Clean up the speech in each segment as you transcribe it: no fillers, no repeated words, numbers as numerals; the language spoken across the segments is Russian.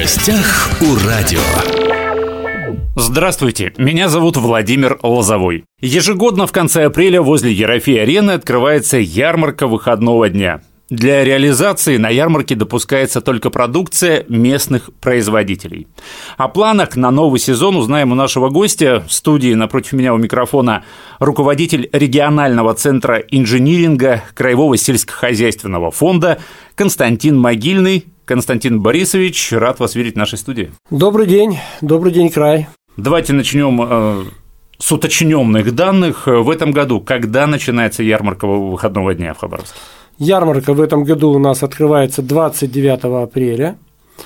гостях у радио. Здравствуйте, меня зовут Владимир Лозовой. Ежегодно в конце апреля возле Ерофей-арены открывается ярмарка выходного дня. Для реализации на ярмарке допускается только продукция местных производителей. О планах на новый сезон узнаем у нашего гостя. В студии напротив меня у микрофона руководитель регионального центра инжиниринга Краевого сельскохозяйственного фонда Константин Могильный. Константин Борисович, рад вас видеть в нашей студии. Добрый день, край. Давайте начнем с уточненных данных. В этом году когда начинается ярмарка выходного дня в Хабаровске? Ярмарка в этом году у нас открывается 29 апреля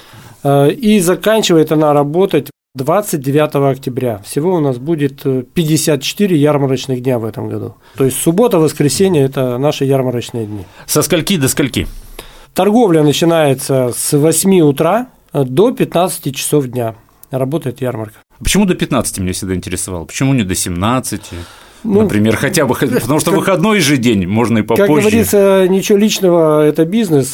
и заканчивает она работать 29 октября. Всего у нас будет 54 ярмарочных дня в этом году. То есть суббота, воскресенье – это наши ярмарочные дни. Со скольки до скольки? Торговля начинается с 8 утра до 15 часов дня. Работает ярмарка. Почему до 15 меня всегда интересовало? Почему не до 17? Например, хотя бы, потому что выходной же день, можно и попозже. Как говорится, ничего личного, это бизнес,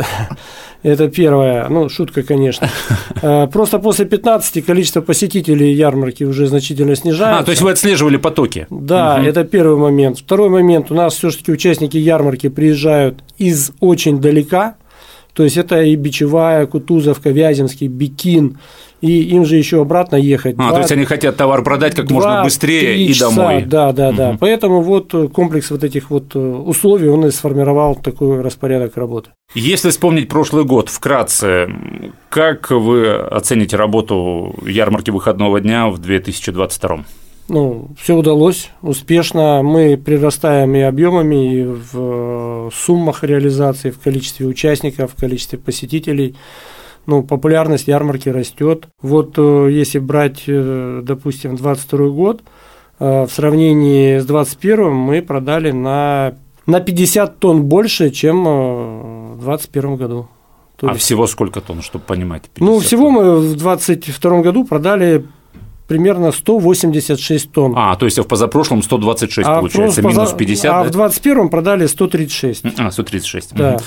это первое, шутка, конечно. Просто после 15 количество посетителей ярмарки уже значительно снижается. То есть вы отслеживали потоки? Да, это первый момент. Второй момент, у нас все-таки участники ярмарки приезжают из очень далека, то есть это и Бичевая, Кутузовка, Вяземский, Бикин, и им же еще обратно ехать. То есть они хотят товар продать как можно быстрее и домой. Да. Поэтому вот комплекс вот этих вот условий, он и сформировал такой распорядок работы. Если вспомнить прошлый год, вкратце, как вы оцените работу ярмарки выходного дня в 2022? Все удалось успешно. Мы прирастаем и объемами, и в суммах реализации, в количестве участников, в количестве посетителей. Популярность ярмарки растет. Вот если брать, допустим, 2022 год, в сравнении с 2021 мы продали на 50 тонн больше, чем в 2021 году. Всего сколько тонн, чтобы понимать? Всего мы в 2022 году продали примерно 186 тонн. То есть в позапрошлом 126 получается, минус 50, в 2021 продали 136. 136. Да.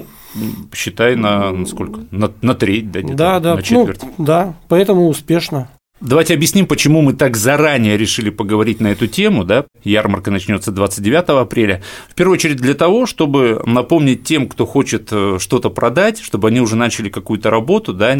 Считай на сколько? На треть, да, где-то, на четверть. Поэтому успешно. Давайте объясним, почему мы так заранее решили поговорить на эту тему, да? Ярмарка начнется 29 апреля. В первую очередь для того, чтобы напомнить тем, кто хочет что-то продать, чтобы они уже начали какую-то работу, да,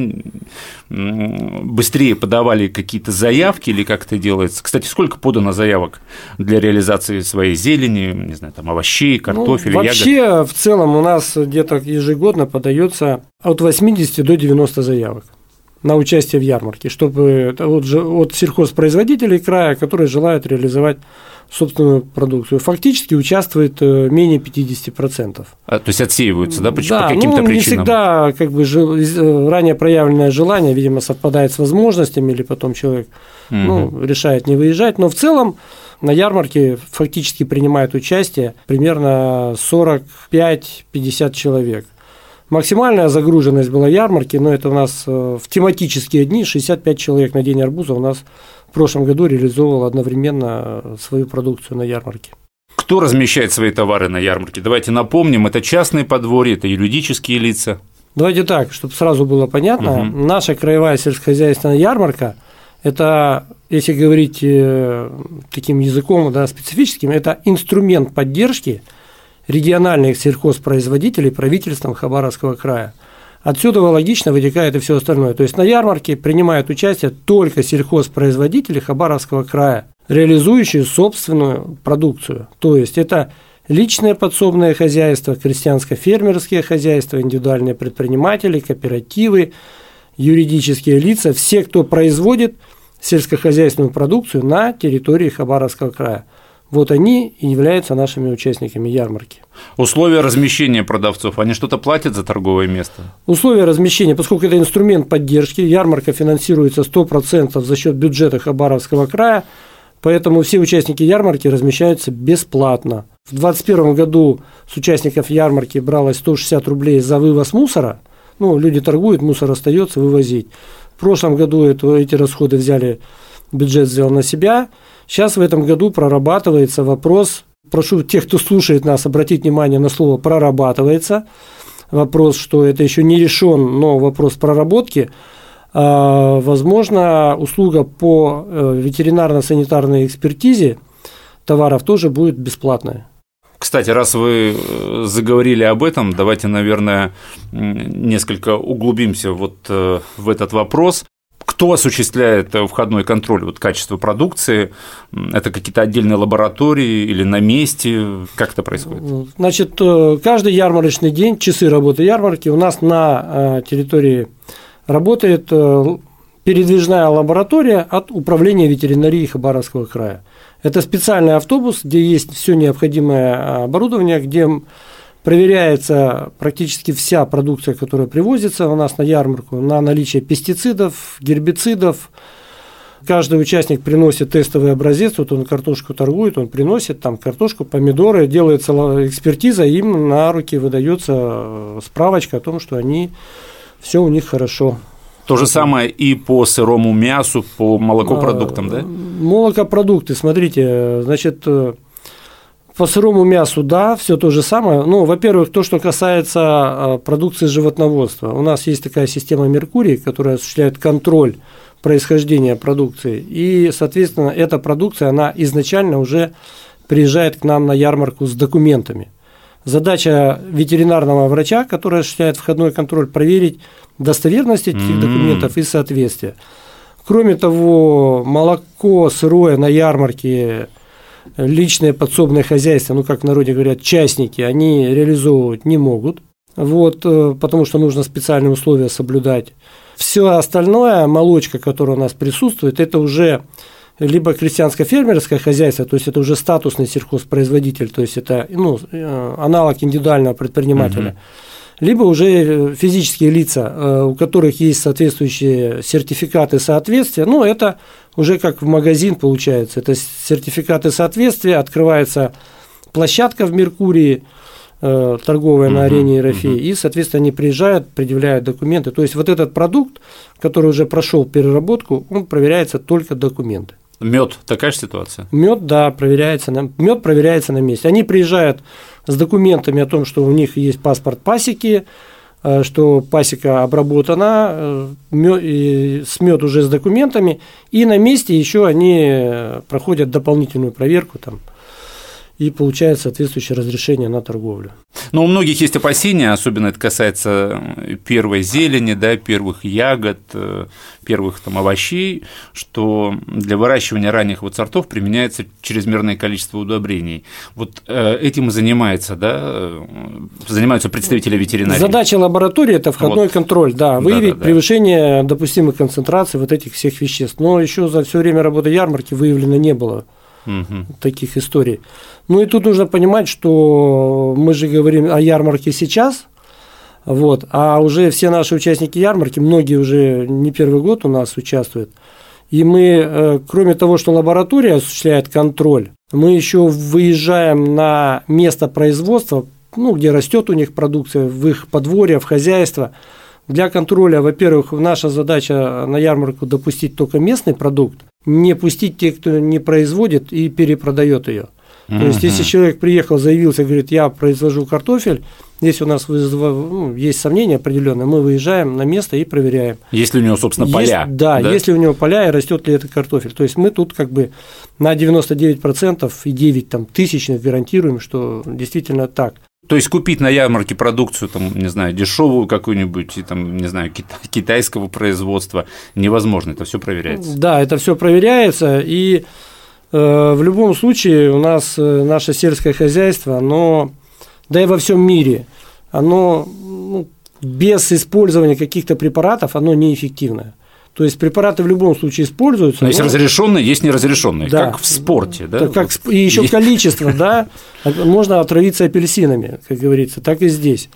быстрее подавали какие-то заявки или как это делается. Кстати, сколько подано заявок для реализации своей зелени, не знаю, там овощей, картофеля, ягод? Вообще, в целом у нас где-то ежегодно подается от 80 до 90 заявок на участие в ярмарке, чтобы от сельхозпроизводителей края, которые желают реализовать собственную продукцию. Фактически участвует менее 50%. То есть отсеиваются, да, по каким-то причинам? Не всегда ранее проявленное желание, видимо, совпадает с возможностями, или потом человек решает не выезжать, но в целом на ярмарке фактически принимает участие примерно 45-50 человек. Максимальная загруженность была ярмарки, но это у нас в тематические дни 65 человек на День арбуза у нас в прошлом году реализовывал одновременно свою продукцию на ярмарке. Кто размещает свои товары на ярмарке? Давайте напомним, это частные подворья, это юридические лица. Давайте так, чтобы сразу было понятно, наша краевая сельскохозяйственная ярмарка – это, если говорить таким языком, специфическим, это инструмент поддержки региональных сельхозпроизводителей правительством Хабаровского края. Отсюда логично вытекает и все остальное. То есть на ярмарке принимают участие только сельхозпроизводители Хабаровского края, реализующие собственную продукцию. То есть это личное подсобное хозяйство, крестьянско-фермерские хозяйства, индивидуальные предприниматели, кооперативы, юридические лица, все, кто производит сельскохозяйственную продукцию на территории Хабаровского края. Вот они и являются нашими участниками ярмарки. Условия размещения продавцов, они что-то платят за торговое место? Условия размещения, поскольку это инструмент поддержки, ярмарка финансируется 100% за счет бюджета Хабаровского края, поэтому все участники ярмарки размещаются бесплатно. В 2021 году с участников ярмарки бралось 160 рублей за вывоз мусора, люди торгуют, мусор остается вывозить. В прошлом году эти расходы бюджет взял на себя. Сейчас в этом году прорабатывается вопрос, прошу тех, кто слушает нас, обратить внимание на слово «прорабатывается», вопрос, что это еще не решен, но вопрос проработки возможно, услуга по ветеринарно-санитарной экспертизе товаров тоже будет бесплатная. Кстати, раз вы заговорили об этом, давайте, наверное, несколько углубимся вот в этот вопрос. Кто осуществляет входной контроль качества продукции? Это какие-то отдельные лаборатории или на месте? Как это происходит? Значит, каждый ярмарочный день, часы работы ярмарки, у нас на территории работает передвижная лаборатория от Управления ветеринарии Хабаровского края. Это специальный автобус, где есть все необходимое оборудование, где проверяется практически вся продукция, которая привозится у нас на ярмарку, на наличие пестицидов, гербицидов. Каждый участник приносит тестовый образец, вот он картошку торгует, он приносит там картошку, помидоры, делается экспертиза, им на руки выдается справочка о том, что все у них хорошо. То же самое и по сырому мясу, по молокопродуктам, да? Молокопродукты, смотрите, значит, по сырому мясу, да, все то же самое. Ну, во-первых, то, что касается продукции животноводства. У нас есть такая система Меркурий, которая осуществляет контроль происхождения продукции. И, соответственно, эта продукция, она изначально уже приезжает к нам на ярмарку с документами. Задача ветеринарного врача, который осуществляет входной контроль, проверить достоверность этих документов и соответствие. Кроме того, молоко сырое на ярмарке личные подсобные хозяйства, ну, как в народе говорят, частники, они реализовывать не могут, потому что нужно специальные условия соблюдать. Все остальное, молочка, которая у нас присутствует, это уже либо крестьянско-фермерское хозяйство, то есть это уже статусный сельхозпроизводитель, то есть это аналог индивидуального предпринимателя, либо уже физические лица, у которых есть соответствующие сертификаты соответствия, это уже как в магазин получается, это сертификаты соответствия, открывается площадка в Меркурии, торговая на арене Ерофея, и, соответственно, они приезжают, предъявляют документы, то есть вот этот продукт, который уже прошел переработку, он проверяется только документы. Мед такая же ситуация? Мед, да, проверяется на месте. Они приезжают с документами о том, что у них есть паспорт пасеки, что пасека обработана, мед уже с документами, и на месте еще они проходят дополнительную проверку там, и получают соответствующее разрешение на торговлю. Но у многих есть опасения, особенно это касается первой зелени, да, первых ягод, первых овощей, что для выращивания ранних сортов применяется чрезмерное количество удобрений. Этим и занимаются представители ветеринарии. Задача лаборатории – это входной контроль, выявить превышение допустимых концентраций этих всех веществ. Но еще за все время работы ярмарки выявлено не было таких историй. И тут нужно понимать, что мы же говорим о ярмарке сейчас, а уже все наши участники ярмарки, многие уже не первый год у нас участвуют, и мы, кроме того, что лаборатория осуществляет контроль, мы еще выезжаем на место производства, где растет у них продукция, в их подворье, в хозяйство. Для контроля, во-первых, наша задача на ярмарку допустить только местный продукт, не пустить тех, кто не производит и перепродает ее. То есть, если человек приехал, заявился, говорит, я произвожу картофель, здесь у нас есть сомнения определенные, мы выезжаем на место и проверяем. Если у него, собственно, поля. Да, если у него поля и растет ли этот картофель. То есть, мы тут на 99% и 9 тысячных гарантируем, что действительно так. То есть купить на ярмарке продукцию, дешевую какую-нибудь, китайского производства невозможно, это все проверяется. Да, это все проверяется, и в любом случае у нас наше сельское хозяйство, да и во всем мире, оно без использования каких-то препаратов, оно неэффективное. То есть препараты в любом случае используются. Но есть разрешенные, есть неразрешенные, да, как в спорте. Да? И еще количество, да, можно отравиться апельсинами, как говорится, так и здесь.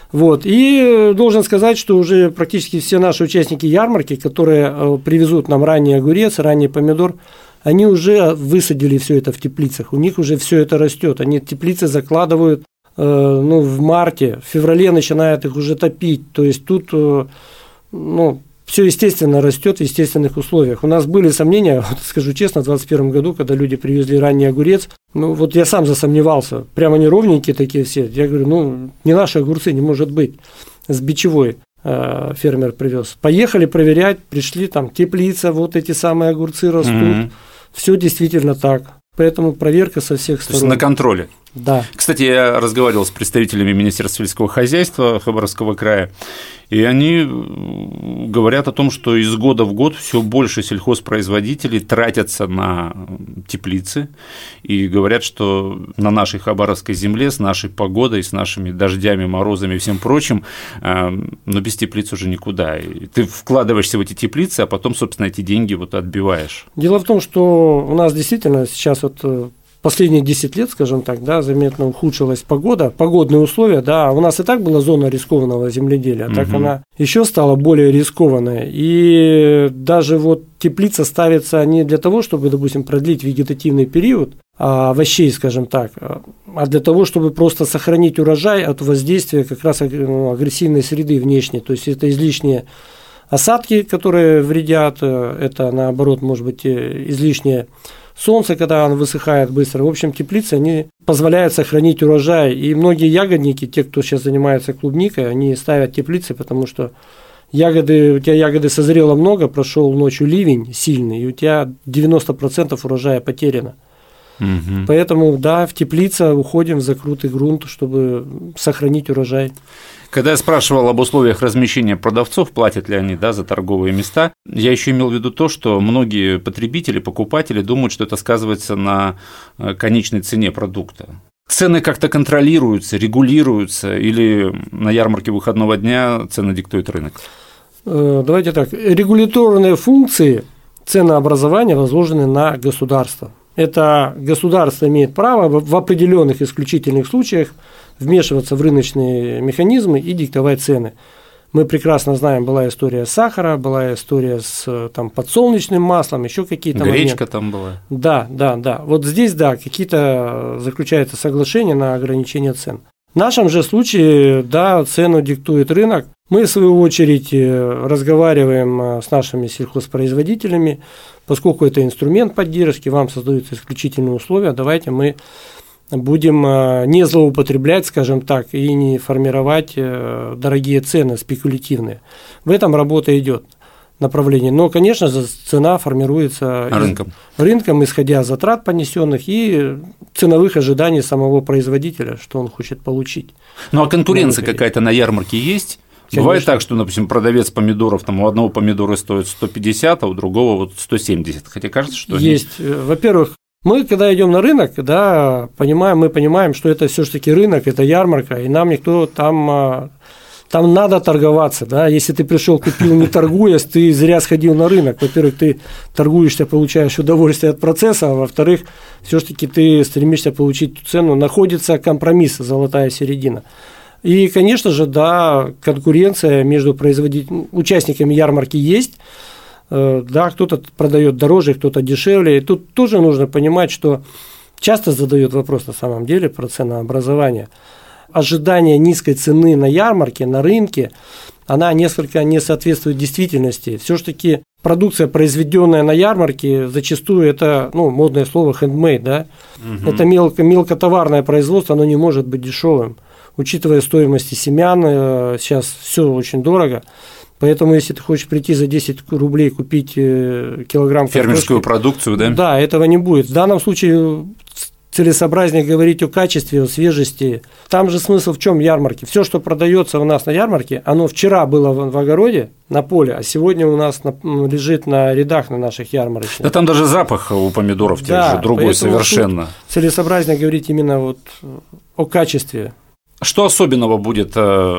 И должен сказать, что уже практически все наши участники ярмарки, которые привезут нам ранний огурец, ранний помидор, они уже высадили все это в теплицах, у них уже все это растет, они теплицы закладывают в марте, в феврале начинают их уже топить, то есть тут все естественно растет в естественных условиях. У нас были сомнения, скажу честно, в 2021 году, когда люди привезли ранний огурец, я сам засомневался, прямо неровненькие такие все, я говорю, не наши огурцы, не может быть, с бичевой. фермер привез. Поехали проверять, пришли, там теплица, вот эти самые огурцы растут. Все действительно так. Поэтому проверка со всех сторон. То есть на контроле. Да. Кстати, я разговаривал с представителями Министерства сельского хозяйства Хабаровского края, и они говорят о том, что из года в год все больше сельхозпроизводителей тратятся на теплицы, и говорят, что на нашей хабаровской земле с нашей погодой, с нашими дождями, морозами и всем прочим, но без теплиц уже никуда. И ты вкладываешься в эти теплицы, а потом, собственно, эти деньги вот отбиваешь. Дело в том, что у нас действительно сейчас вот последние 10 лет, скажем так, да, заметно ухудшилась погода, погодные условия, да, у нас и так была зона рискованного земледелия, а так она еще стала более рискованной, и даже вот теплица ставится не для того, чтобы, допустим, продлить вегетативный период овощей, скажем так, а для того, чтобы просто сохранить урожай от воздействия как раз агрессивной среды внешней, то есть это излишние осадки, которые вредят, это наоборот может быть излишнее солнце, когда оно высыхает быстро. В общем, теплицы, они позволяют сохранить урожай. И многие ягодники, те, кто сейчас занимается клубникой, они ставят теплицы, потому что у тебя ягоды созрело много, прошел ночью ливень сильный, и у тебя 90% урожая потеряно. Поэтому, да, в теплице уходим в закрытый грунт, чтобы сохранить урожай. Когда я спрашивал об условиях размещения продавцов, платят ли они, да, за торговые места, я еще имел в виду то, что многие потребители, покупатели думают, что это сказывается на конечной цене продукта. Цены как-то контролируются, регулируются, или на ярмарке выходного дня цены диктует рынок? Давайте так. Регуляторные функции ценообразования возложены на государство. Это государство имеет право в определенных исключительных случаях вмешиваться в рыночные механизмы и диктовать цены. Мы прекрасно знаем, была история сахара, была история с подсолнечным маслом, еще какие-то моменты. Гречка там была. Да. Вот здесь, да, какие-то заключаются соглашения на ограничение цен. В нашем же случае, да, цену диктует рынок. Мы, в свою очередь, разговариваем с нашими сельхозпроизводителями, поскольку это инструмент поддержки, вам создаются исключительные условия, давайте мы будем не злоупотреблять, скажем так, и не формировать дорогие цены спекулятивные. В этом работа идет направлении. Но, конечно же, цена формируется рынком, исходя из затрат понесенных и ценовых ожиданий самого производителя, что он хочет получить. Ну а конкуренция какая-то на ярмарке есть? Конечно. Бывает так, что, допустим, продавец помидоров, у одного помидора стоит 150, а у другого 170, хотя кажется, что есть. Во-первых, мы, когда идем на рынок, да, мы понимаем, что это все-таки рынок, это ярмарка, и нам никто там надо торговаться, да, если ты пришел, купил, не торгуясь, ты зря сходил на рынок. Во-первых, ты торгуешься, получаешь удовольствие от процесса, а во-вторых, все-таки ты стремишься получить ту цену, находится компромисс, золотая середина. И, конечно же, да, конкуренция между участниками ярмарки есть. Да, кто-то продает дороже, кто-то дешевле. И тут тоже нужно понимать, что часто задают вопрос на самом деле про ценообразование. Ожидание низкой цены на ярмарке, на рынке, она несколько не соответствует действительности. Все-таки продукция, произведенная на ярмарке, зачастую это, модное слово handmade, да? Это мелкотоварное производство, оно не может быть дешевым. Учитывая стоимость семян, сейчас все очень дорого. Поэтому, если ты хочешь прийти за 10 рублей купить килограмм фермерскую продукцию, да? Да, этого не будет. В данном случае целесообразнее говорить о качестве, о свежести. Там же смысл в чем ярмарки? Все, что продается у нас на ярмарке, оно вчера было в огороде, на поле, а сегодня у нас лежит на рядах на наших ярмарочных. Да там даже запах у помидоров же другой совершенно. Целесообразнее говорить именно о качестве. Что особенного будет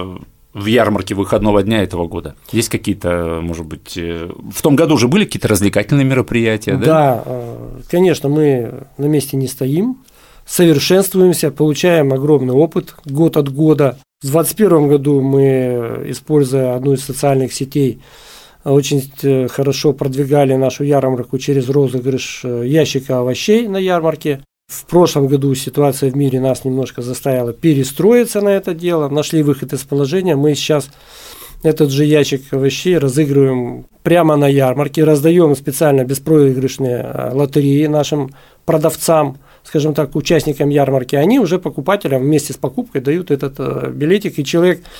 в ярмарке выходного дня этого года? Есть какие-то, может быть, в том году уже были какие-то развлекательные мероприятия, да? Да, конечно, мы на месте не стоим, совершенствуемся, получаем огромный опыт год от года. В 2021 году мы, используя одну из социальных сетей, очень хорошо продвигали нашу ярмарку через розыгрыш ящика овощей на ярмарке. В прошлом году ситуация в мире нас немножко заставила перестроиться на это дело, нашли выход из положения. Мы сейчас этот же ящик овощей разыгрываем прямо на ярмарке, раздаем специально беспроигрышные лотереи нашим продавцам, скажем так, участникам ярмарки. Они уже покупателям вместе с покупкой дают этот билетик, и человек,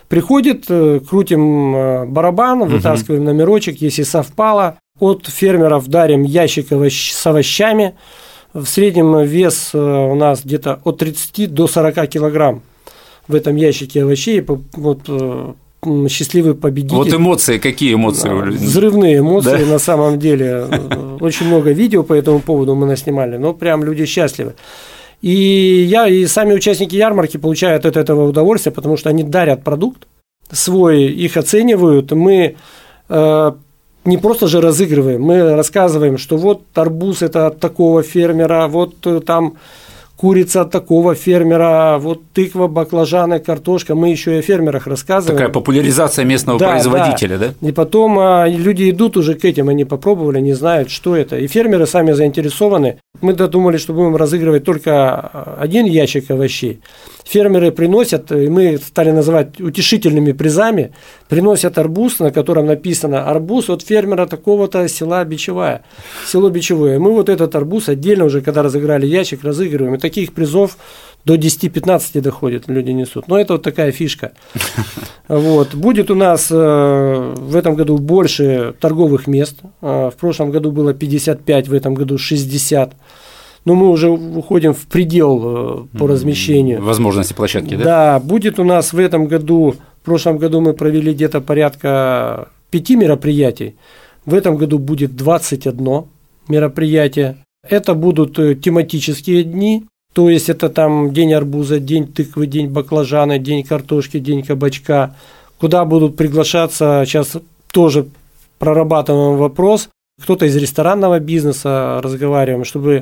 Приходит, крутим барабан, вытаскиваем номерочек, если совпало. От фермеров дарим ящик с овощами. В среднем вес у нас где-то от 30 до 40 килограмм в этом ящике овощей. Вот счастливый победитель. Вот эмоции, какие эмоции? Взрывные эмоции, да? На самом деле. Очень много видео по этому поводу мы наснимали, но прям люди счастливы. И сами участники ярмарки получают от этого удовольствие, потому что они дарят продукт свой, их оценивают. Мы не просто же разыгрываем, мы рассказываем, что вот арбуз – это от такого фермера, вот там курица от такого фермера, вот тыква, баклажаны, картошка. Мы еще и о фермерах рассказываем. Такая популяризация местного производителя, да? И потом люди идут уже к этим, они попробовали, не знают, что это. И фермеры сами заинтересованы. Мы додумали, что будем разыгрывать только один ящик овощей. Фермеры приносят, и мы стали называть утешительными призами, приносят арбуз, на котором написано «Арбуз от фермера такого-то села Бичевая». Село Бичевое. Мы вот этот арбуз отдельно уже, когда разыграли ящик, разыгрываем. И таких призов до 10-15 доходит, люди несут. Но это вот такая фишка. Вот. Будет у нас в этом году больше торговых мест. В прошлом году было 55, в этом году 60. Но мы уже уходим в предел по размещению. Возможности площадки, да? Да, будет у нас в этом году, в прошлом году мы провели где-то порядка 5 мероприятий. В этом году будет 21 мероприятие. Это будут тематические дни, то есть это там день арбуза, день тыквы, день баклажана, день картошки, день кабачка, куда будут приглашаться, сейчас тоже прорабатываем вопрос, кто-то из ресторанного бизнеса разговариваем, чтобы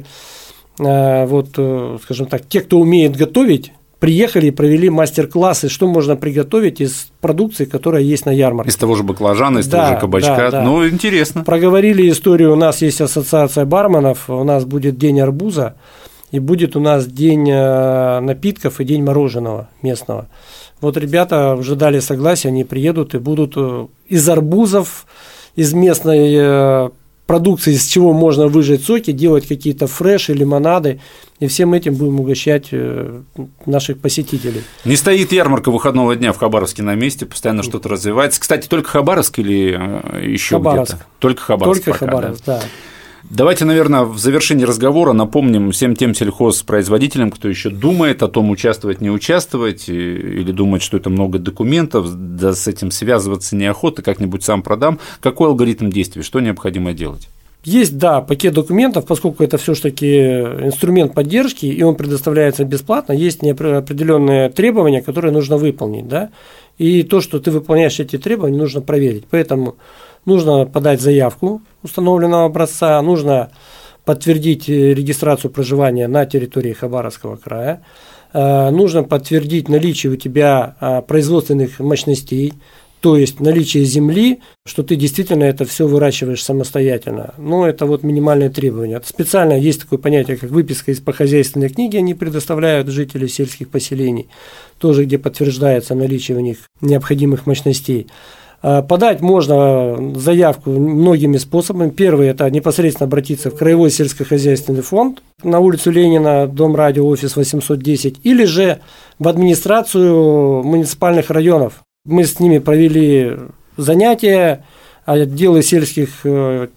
скажем так, те, кто умеет готовить, приехали и провели мастер-классы, что можно приготовить из продукции, которая есть на ярмарке. Из того же баклажана, из того же кабачка. Да. Ну, интересно. Проговорили историю. У нас есть ассоциация барменов, у нас будет день арбуза, и будет у нас день напитков и день мороженого местного. Вот ребята уже дали согласие, они приедут и будут из арбузов, из местной продукции, из чего можно выжать соки, делать какие-то фреши, лимонады, и всем этим будем угощать наших посетителей. Не стоит ярмарка выходного дня в Хабаровске на месте, постоянно что-то развивается. Кстати, только Хабаровск или еще где-то? Только Хабаровск. Только Хабаровск, да. Давайте, наверное, в завершении разговора напомним всем тем сельхозпроизводителям, кто еще думает о том, участвовать, не участвовать, или думает, что это много документов, да с этим связываться неохота, как-нибудь сам продам. Какой алгоритм действий, что необходимо делать? Есть, да, пакет документов, поскольку это все-таки инструмент поддержки, и он предоставляется бесплатно, есть определенные требования, которые нужно выполнить, да, и то, что ты выполняешь эти требования, нужно проверить. Поэтому нужно подать заявку установленного образца, нужно подтвердить регистрацию проживания на территории Хабаровского края, нужно подтвердить наличие у тебя производственных мощностей, то есть наличие земли, что ты действительно это все выращиваешь самостоятельно. Но это вот минимальные требования. Специально есть такое понятие, как выписка из хозяйственной книги, они предоставляют жители сельских поселений, тоже где подтверждается наличие у них необходимых мощностей. Подать можно заявку многими способами. Первый – это непосредственно обратиться в Краевой сельскохозяйственный фонд на улицу Ленина, дом радио, офис 810, или же в администрацию муниципальных районов. Мы с ними провели занятия, отделы сельского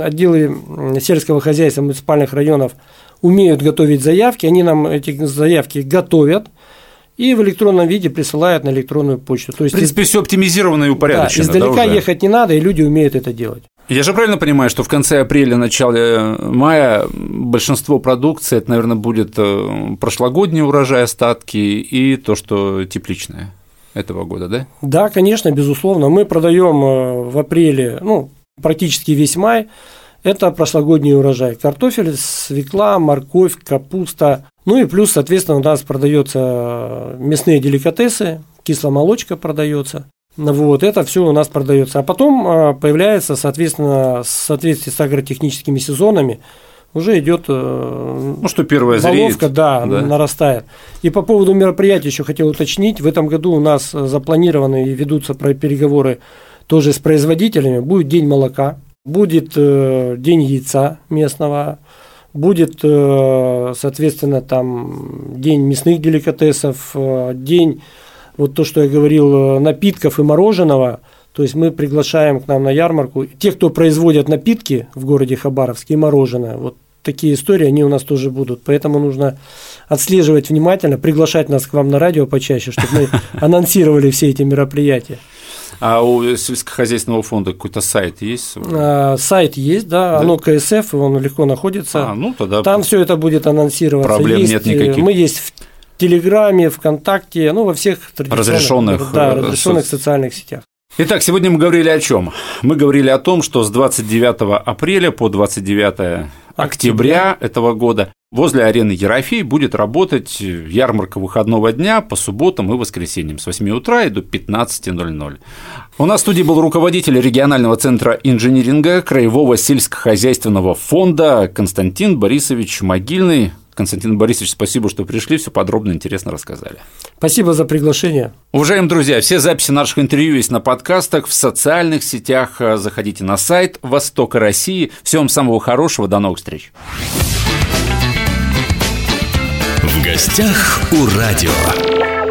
хозяйства муниципальных районов умеют готовить заявки, они нам эти заявки готовят и в электронном виде присылают на электронную почту. То есть, в принципе, все оптимизировано и упорядочено. Да, издалека ехать не надо, и люди умеют это делать. Я же правильно понимаю, что в конце апреля, начале мая большинство продукции, это, наверное, будет прошлогодний урожай, остатки и то, что тепличное этого года, да? Да, конечно, безусловно. Мы продаем в апреле, практически весь май. Это прошлогодний урожай. Картофель, свекла, морковь, капуста. Ну и плюс, соответственно, у нас продаются мясные деликатесы, кисломолочка продается. Вот, это все у нас продается. А потом появляется, соответственно, в соответствии с агротехническими сезонами, уже идет что первая головка, да, нарастает. И по поводу мероприятий еще хотел уточнить. В этом году у нас запланированы и ведутся переговоры тоже с производителями. Будет день молока, будет день яйца местного, будет, соответственно, там день мясных деликатесов, день вот то, что я говорил, напитков и мороженого. То есть мы приглашаем к нам на ярмарку тех, кто производят напитки в городе Хабаровске и мороженое. Вот такие истории, они у нас тоже будут. Поэтому нужно отслеживать внимательно, приглашать нас к вам на радио почаще, чтобы мы анонсировали все эти мероприятия. А у сельскохозяйственного фонда какой-то сайт есть? Сайт есть, да, оно КСФ, он легко находится. Тогда там все это будет анонсироваться. Проблем нет никаких. Мы есть в Телеграме, ВКонтакте, во всех разрешенных социальных сетях. Итак, сегодня мы говорили о чем? Мы говорили о том, что с 29 апреля по 29 октября этого года возле арены Ерофей будет работать ярмарка выходного дня по субботам и воскресеньям с 8 утра и до 15:00. У нас в студии был руководитель регионального центра инжиниринга Краевого сельскохозяйственного фонда Константин Борисович Могильный. Константин Борисович, спасибо, что пришли, все подробно и интересно рассказали. Спасибо за приглашение. Уважаемые друзья, все записи наших интервью есть на подкастах, в социальных сетях. Заходите на сайт Востока России. Всего вам самого хорошего, до новых встреч. В гостях у радио.